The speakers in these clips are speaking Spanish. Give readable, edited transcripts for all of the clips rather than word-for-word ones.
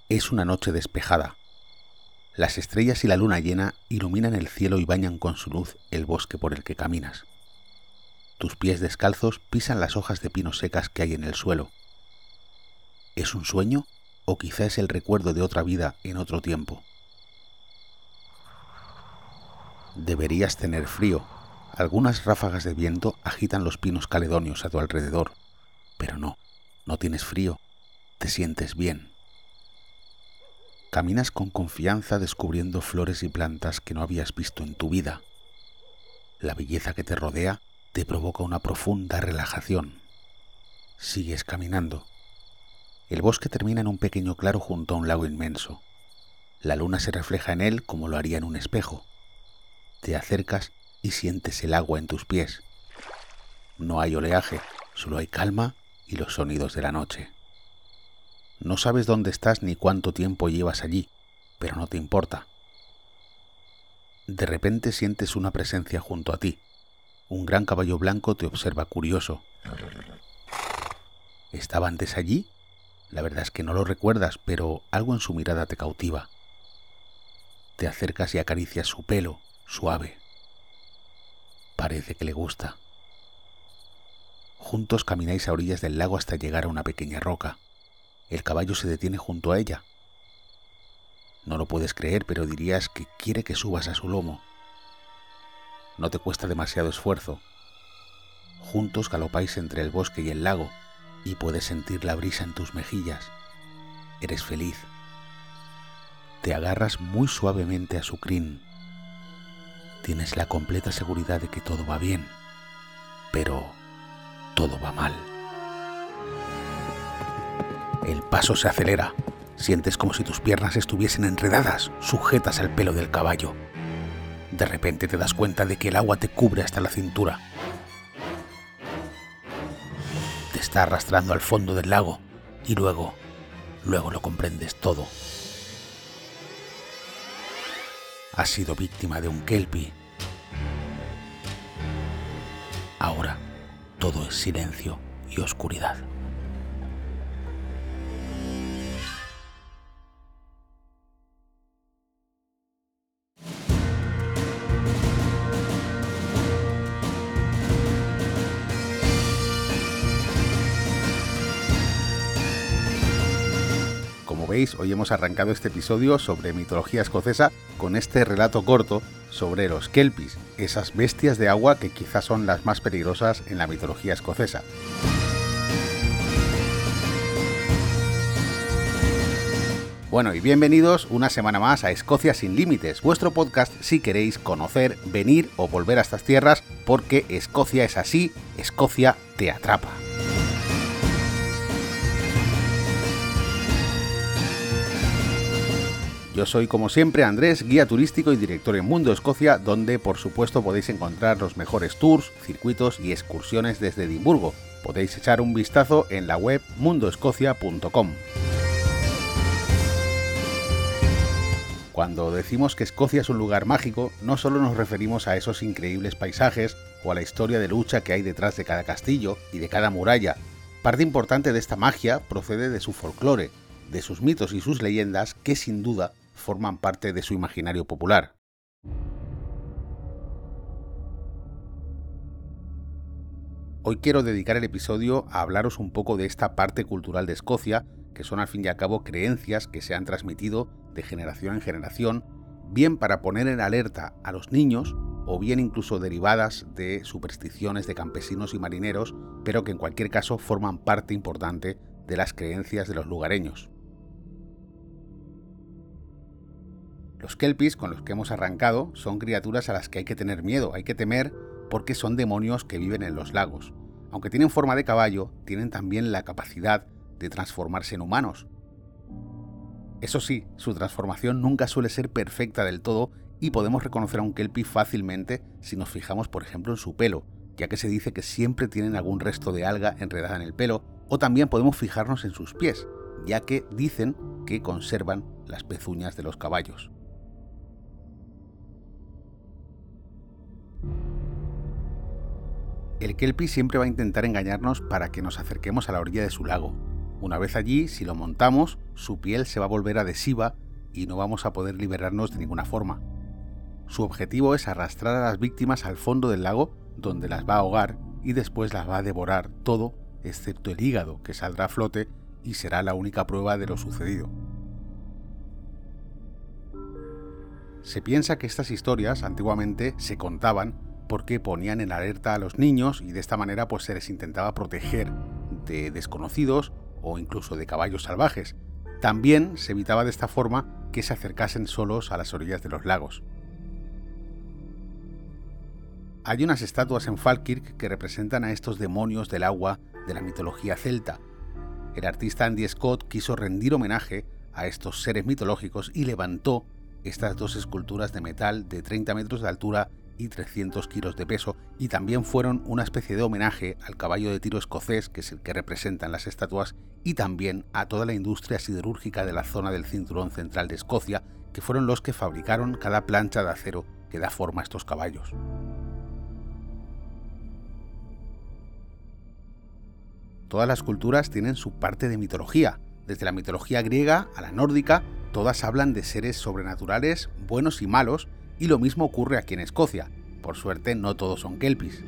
Es una noche despejada. Las estrellas y la luna llena iluminan el cielo y bañan con su luz el bosque por el que caminas. Tus pies descalzos pisan las hojas de pino secas que hay en el suelo. ¿Es un sueño o quizá es el recuerdo de otra vida en otro tiempo? Deberías tener frío. Algunas ráfagas de viento agitan los pinos caledonios a tu alrededor. Pero no tienes frío. Te sientes bien. Caminas con confianza descubriendo flores y plantas que no habías visto en tu vida. La belleza que te rodea te provoca una profunda relajación. Sigues caminando. El bosque termina en un pequeño claro junto a un lago inmenso. La luna se refleja en él como lo haría en un espejo. Te acercas y sientes el agua en tus pies. No hay oleaje, solo hay calma y los sonidos de la noche. No sabes dónde estás ni cuánto tiempo llevas allí, pero no te importa. De repente sientes una presencia junto a ti. Un gran caballo blanco te observa curioso. ¿Estaba antes allí? La verdad es que no lo recuerdas, pero algo en su mirada te cautiva. Te acercas y acaricias su pelo, suave. Parece que le gusta. Juntos camináis a orillas del lago hasta llegar a una pequeña roca. El caballo se detiene junto a ella. No lo puedes creer, pero dirías que quiere que subas a su lomo. No te cuesta demasiado esfuerzo. Juntos galopáis entre el bosque y el lago y puedes sentir la brisa en tus mejillas. Eres feliz. Te agarras muy suavemente a su crin. Tienes la completa seguridad de que todo va bien, pero todo va mal. El paso se acelera. Sientes como si tus piernas estuviesen enredadas, sujetas al pelo del caballo. De repente te das cuenta de que el agua te cubre hasta la cintura. Te está arrastrando al fondo del lago y luego lo comprendes todo. Has sido víctima de un kelpie. Ahora todo es silencio y oscuridad. Como veis, hoy hemos arrancado este episodio sobre mitología escocesa con este relato corto sobre los kelpies, esas bestias de agua que quizás son las más peligrosas en la mitología escocesa. Bueno, y bienvenidos una semana más a Escocia sin Límites, vuestro podcast si queréis conocer, venir o volver a estas tierras, porque Escocia es así, Escocia te atrapa. Yo soy, como siempre, Andrés, guía turístico y director en Mundo Escocia, donde por supuesto podéis encontrar los mejores tours, circuitos y excursiones desde Edimburgo. Podéis echar un vistazo en la web mundoescocia.com. Cuando decimos que Escocia es un lugar mágico, no solo nos referimos a esos increíbles paisajes o a la historia de lucha que hay detrás de cada castillo y de cada muralla. Parte importante de esta magia procede de su folclore, de sus mitos y sus leyendas que sin duda forman parte de su imaginario popular. Hoy quiero dedicar el episodio a hablaros un poco de esta parte cultural de Escocia, que son al fin y al cabo creencias que se han transmitido de generación en generación, bien para poner en alerta a los niños, o bien incluso derivadas de supersticiones de campesinos y marineros, pero que en cualquier caso forman parte importante de las creencias de los lugareños. Los kelpies, con los que hemos arrancado, son criaturas a las que hay que tener miedo, hay que temer porque son demonios que viven en los lagos. Aunque tienen forma de caballo, tienen también la capacidad de transformarse en humanos. Eso sí, su transformación nunca suele ser perfecta del todo y podemos reconocer a un kelpie fácilmente si nos fijamos, por ejemplo, en su pelo, ya que se dice que siempre tienen algún resto de alga enredada en el pelo, o también podemos fijarnos en sus pies, ya que dicen que conservan las pezuñas de los caballos. El kelpie siempre va a intentar engañarnos para que nos acerquemos a la orilla de su lago. Una vez allí, si lo montamos, su piel se va a volver adhesiva y no vamos a poder liberarnos de ninguna forma. Su objetivo es arrastrar a las víctimas al fondo del lago, donde las va a ahogar y después las va a devorar todo, excepto el hígado, que saldrá a flote y será la única prueba de lo sucedido. Se piensa que estas historias antiguamente se contaban porque ponían en alerta a los niños y de esta manera pues se les intentaba proteger de desconocidos o incluso de caballos salvajes. También se evitaba de esta forma que se acercasen solos a las orillas de los lagos. Hay unas estatuas en Falkirk que representan a estos demonios del agua de la mitología celta. El artista Andy Scott quiso rendir homenaje a estos seres mitológicos y levantó estas dos esculturas de metal de 30 metros de altura y 300 kilos de peso, y también fueron una especie de homenaje al caballo de tiro escocés, que es el que representan las estatuas, y también a toda la industria siderúrgica de la zona del cinturón central de Escocia, que fueron los que fabricaron cada plancha de acero que da forma a estos caballos. Todas las culturas tienen su parte de mitología. Desde la mitología griega a la nórdica, todas hablan de seres sobrenaturales, buenos y malos, y lo mismo ocurre aquí en Escocia. Por suerte, no todos son kelpis.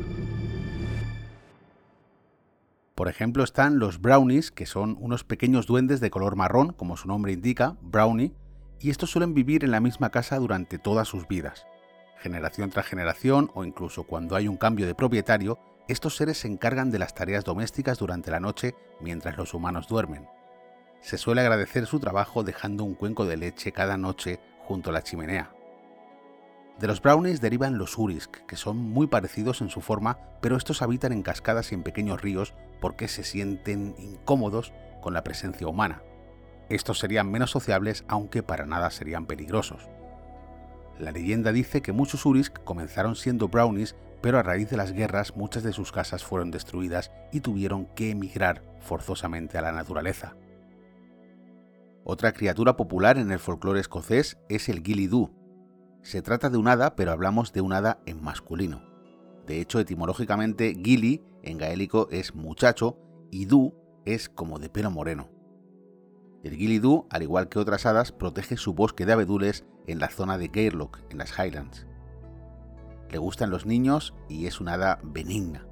Por ejemplo, están los brownies, que son unos pequeños duendes de color marrón, como su nombre indica, brownie, y estos suelen vivir en la misma casa durante todas sus vidas. Generación tras generación, o incluso cuando hay un cambio de propietario, estos seres se encargan de las tareas domésticas durante la noche mientras los humanos duermen. Se suele agradecer su trabajo dejando un cuenco de leche cada noche junto a la chimenea. De los brownies derivan los urisk, que son muy parecidos en su forma, pero estos habitan en cascadas y en pequeños ríos porque se sienten incómodos con la presencia humana. Estos serían menos sociables, aunque para nada serían peligrosos. La leyenda dice que muchos urisk comenzaron siendo brownies, pero a raíz de las guerras muchas de sus casas fueron destruidas y tuvieron que emigrar forzosamente a la naturaleza. Otra criatura popular en el folclore escocés es el Gilly-Doo. Se trata de un hada, pero hablamos de un hada en masculino. De hecho, etimológicamente, Gilly en gaélico es muchacho y Doo es como de pelo moreno. El Gilly-Doo, al igual que otras hadas, protege su bosque de abedules en la zona de Gairloch, en las Highlands. Le gustan los niños y es una hada benigna.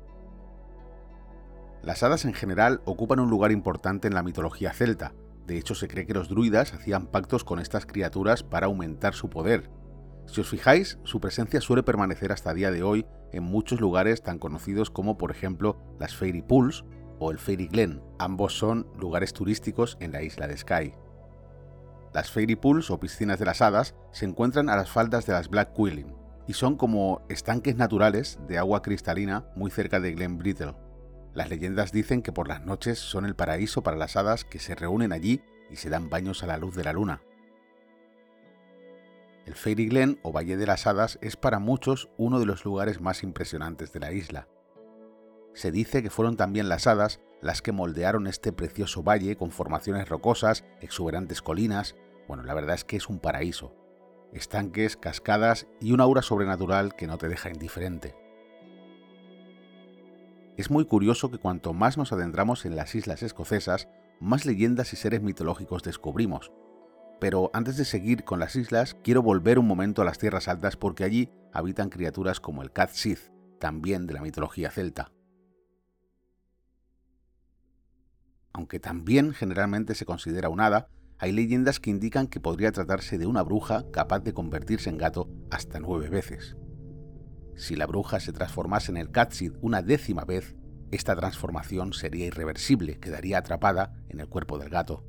Las hadas en general ocupan un lugar importante en la mitología celta. De hecho, se cree que los druidas hacían pactos con estas criaturas para aumentar su poder. Si os fijáis, su presencia suele permanecer hasta día de hoy en muchos lugares tan conocidos como, por ejemplo, las Fairy Pools o el Fairy Glen. Ambos son lugares turísticos en la isla de Skye. Las Fairy Pools o piscinas de las hadas se encuentran a las faldas de las Black Cuillin y son como estanques naturales de agua cristalina muy cerca de Glen Brittle. Las leyendas dicen que por las noches son el paraíso para las hadas que se reúnen allí y se dan baños a la luz de la luna. El Fairy Glen o Valle de las Hadas es para muchos uno de los lugares más impresionantes de la isla. Se dice que fueron también las hadas las que moldearon este precioso valle con formaciones rocosas, exuberantes colinas. Bueno, la verdad es que es un paraíso. Estanques, cascadas y una aura sobrenatural que no te deja indiferente. Es muy curioso que cuanto más nos adentramos en las islas escocesas, más leyendas y seres mitológicos descubrimos. Pero antes de seguir con las islas, quiero volver un momento a las tierras altas porque allí habitan criaturas como el Cat Sith, también de la mitología celta. Aunque también generalmente se considera un hada, hay leyendas que indican que podría tratarse de una bruja capaz de convertirse en gato hasta 9 veces. Si la bruja se transformase en el Cat Sith una 10ª vez, esta transformación sería irreversible, quedaría atrapada en el cuerpo del gato.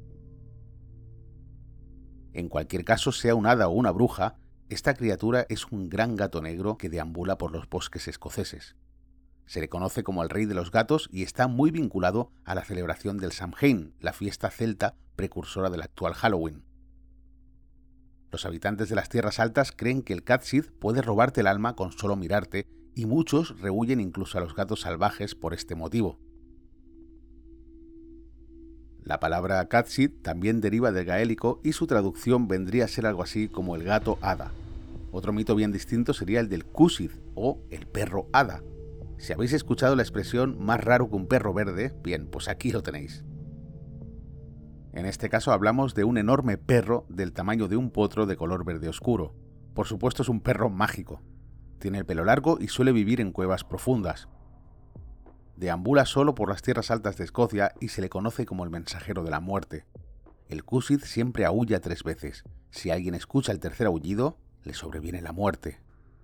En cualquier caso, sea un hada o una bruja, esta criatura es un gran gato negro que deambula por los bosques escoceses. Se le conoce como el rey de los gatos y está muy vinculado a la celebración del Samhain, la fiesta celta precursora del actual Halloween. Los habitantes de las tierras altas creen que el Cat Sith puede robarte el alma con solo mirarte y muchos rehuyen incluso a los gatos salvajes por este motivo. La palabra Cat Sith también deriva del gaélico y su traducción vendría a ser algo así como el gato hada. Otro mito bien distinto sería el del Cúsid o el perro hada. Si habéis escuchado la expresión más raro que un perro verde, bien, pues aquí lo tenéis. En este caso hablamos de un enorme perro del tamaño de un potro de color verde oscuro. Por supuesto es un perro mágico. Tiene el pelo largo y suele vivir en cuevas profundas. Deambula solo por las tierras altas de Escocia y se le conoce como el mensajero de la muerte. El Cusid siempre aúlla 3 veces. Si alguien escucha el tercer aullido, le sobreviene la muerte.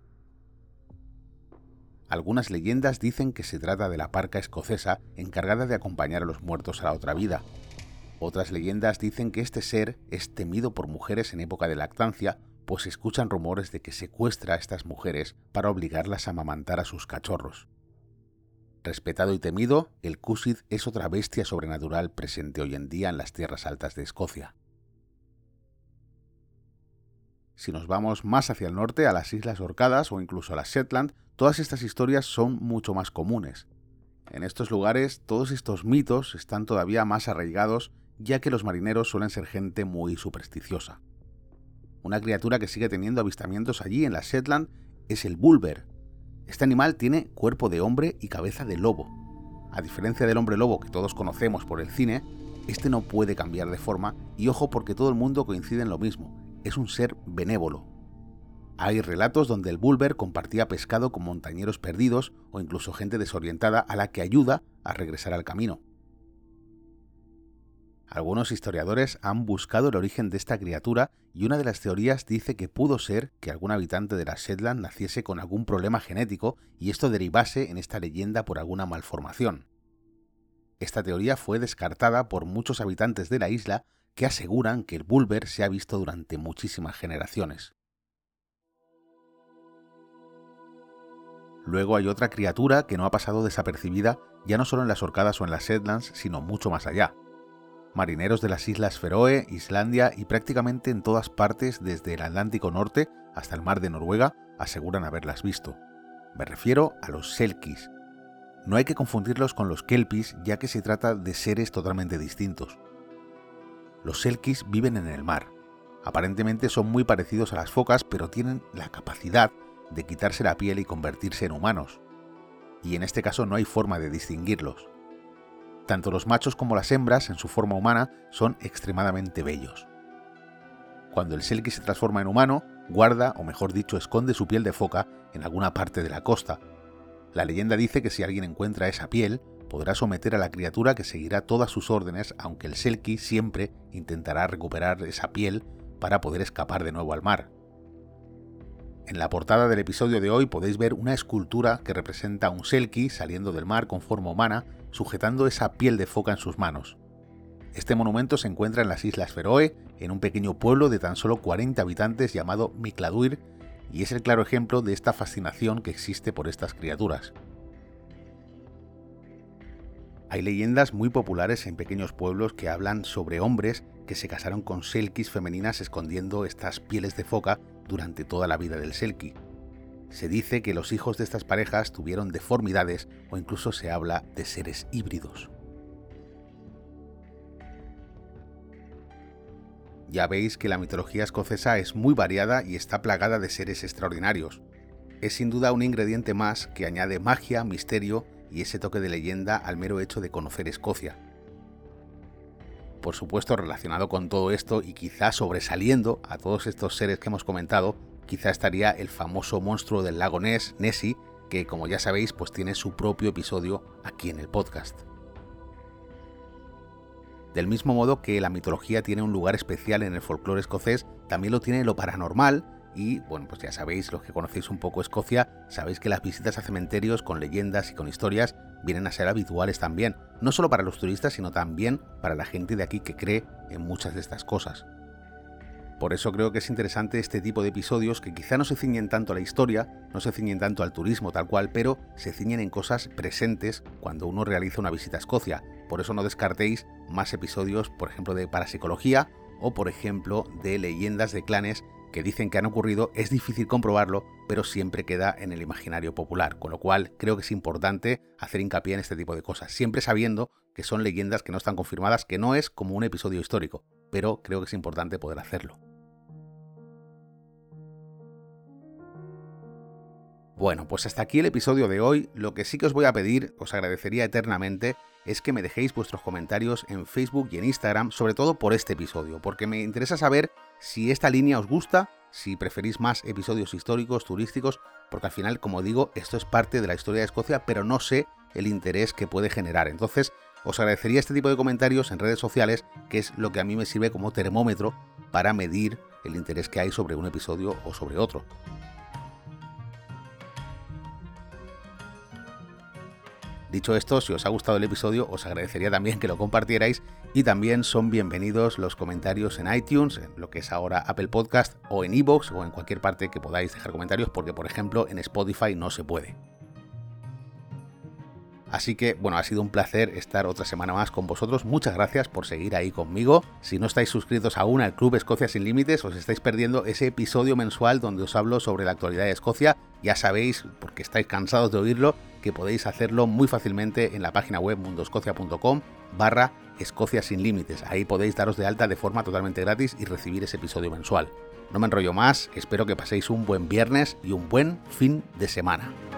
Algunas leyendas dicen que se trata de la parca escocesa encargada de acompañar a los muertos a la otra vida. Otras leyendas dicen que este ser es temido por mujeres en época de lactancia, pues se escuchan rumores de que secuestra a estas mujeres para obligarlas a amamantar a sus cachorros. Respetado y temido, el Cusid es otra bestia sobrenatural presente hoy en día en las tierras altas de Escocia. Si nos vamos más hacia el norte, a las Islas Orcadas o incluso a las Shetland, todas estas historias son mucho más comunes. En estos lugares, todos estos mitos están todavía más arraigados, ya que los marineros suelen ser gente muy supersticiosa. Una criatura que sigue teniendo avistamientos allí en las Shetland es el Bulber. Este animal tiene cuerpo de hombre y cabeza de lobo. A diferencia del hombre lobo que todos conocemos por el cine, este no puede cambiar de forma y ojo porque todo el mundo coincide en lo mismo, es un ser benévolo. Hay relatos donde el Bulber compartía pescado con montañeros perdidos o incluso gente desorientada a la que ayuda a regresar al camino. Algunos historiadores han buscado el origen de esta criatura y una de las teorías dice que pudo ser que algún habitante de la Shetland naciese con algún problema genético y esto derivase en esta leyenda por alguna malformación. Esta teoría fue descartada por muchos habitantes de la isla que aseguran que el Bulber se ha visto durante muchísimas generaciones. Luego hay otra criatura que no ha pasado desapercibida ya no solo en las Orcadas o en las Shetlands, sino mucho más allá. Marineros de las Islas Feroe, Islandia y prácticamente en todas partes desde el Atlántico Norte hasta el Mar de Noruega aseguran haberlas visto. Me refiero a los Selkis. No hay que confundirlos con los Kelpis, ya que se trata de seres totalmente distintos. Los Selkis viven en el mar. Aparentemente son muy parecidos a las focas, pero tienen la capacidad de quitarse la piel y convertirse en humanos. Y en este caso no hay forma de distinguirlos. Tanto los machos como las hembras, en su forma humana, son extremadamente bellos. Cuando el Selkie se transforma en humano, guarda, o mejor dicho, esconde su piel de foca en alguna parte de la costa. La leyenda dice que si alguien encuentra esa piel, podrá someter a la criatura que seguirá todas sus órdenes, aunque el Selkie siempre intentará recuperar esa piel para poder escapar de nuevo al mar. En la portada del episodio de hoy podéis ver una escultura que representa a un Selkie saliendo del mar con forma humana, sujetando esa piel de foca en sus manos. Este monumento se encuentra en las Islas Feroe, en un pequeño pueblo de tan solo 40 habitantes llamado Mikladuir, y es el claro ejemplo de esta fascinación que existe por estas criaturas. Hay leyendas muy populares en pequeños pueblos que hablan sobre hombres que se casaron con Selkies femeninas escondiendo estas pieles de foca durante toda la vida del Selkie. Se dice que los hijos de estas parejas tuvieron deformidades o incluso se habla de seres híbridos. Ya veis que la mitología escocesa es muy variada y está plagada de seres extraordinarios. Es sin duda un ingrediente más que añade magia, misterio y ese toque de leyenda al mero hecho de conocer Escocia. Por supuesto, relacionado con todo esto y quizá sobresaliendo a todos estos seres que hemos comentado, quizá estaría el famoso monstruo del lago Ness, Nessie, que como ya sabéis, pues tiene su propio episodio aquí en el podcast. Del mismo modo que la mitología tiene un lugar especial en el folclore escocés, también lo tiene lo paranormal y, bueno, pues ya sabéis, los que conocéis un poco Escocia, sabéis que las visitas a cementerios con leyendas y con historias vienen a ser habituales también, no solo para los turistas, sino también para la gente de aquí que cree en muchas de estas cosas. Por eso creo que es interesante este tipo de episodios que quizá no se ciñen tanto a la historia, no se ciñen tanto al turismo tal cual, pero se ciñen en cosas presentes cuando uno realiza una visita a Escocia. Por eso no descartéis más episodios, por ejemplo, de parapsicología o, por ejemplo, de leyendas de clanes que dicen que han ocurrido. Es difícil comprobarlo, pero siempre queda en el imaginario popular, con lo cual creo que es importante hacer hincapié en este tipo de cosas, siempre sabiendo que son leyendas que no están confirmadas, que no es como un episodio histórico, pero creo que es importante poder hacerlo. Bueno, pues hasta aquí el episodio de hoy. Lo que sí que os voy a pedir, os agradecería eternamente, es que me dejéis vuestros comentarios en Facebook y en Instagram, sobre todo por este episodio, porque me interesa saber si esta línea os gusta, si preferís más episodios históricos, turísticos, porque al final, como digo, esto es parte de la historia de Escocia, pero no sé el interés que puede generar. Entonces, os agradecería este tipo de comentarios en redes sociales, que es lo que a mí me sirve como termómetro para medir el interés que hay sobre un episodio o sobre otro. Dicho esto, si os ha gustado el episodio, os agradecería también que lo compartierais y también son bienvenidos los comentarios en iTunes, en lo que es ahora Apple Podcast, o en iVoox o en cualquier parte que podáis dejar comentarios, porque por ejemplo en Spotify no se puede. Así que, bueno, ha sido un placer estar otra semana más con vosotros. Muchas gracias por seguir ahí conmigo. Si no estáis suscritos aún al Club Escocia Sin Límites, os estáis perdiendo ese episodio mensual donde os hablo sobre la actualidad de Escocia. Ya sabéis, porque estáis cansados de oírlo, que podéis hacerlo muy fácilmente en la página web mundoscocia.com/Escocia Sin Límites. Ahí podéis daros de alta de forma totalmente gratis y recibir ese episodio mensual. No me enrollo más, espero que paséis un buen viernes y un buen fin de semana.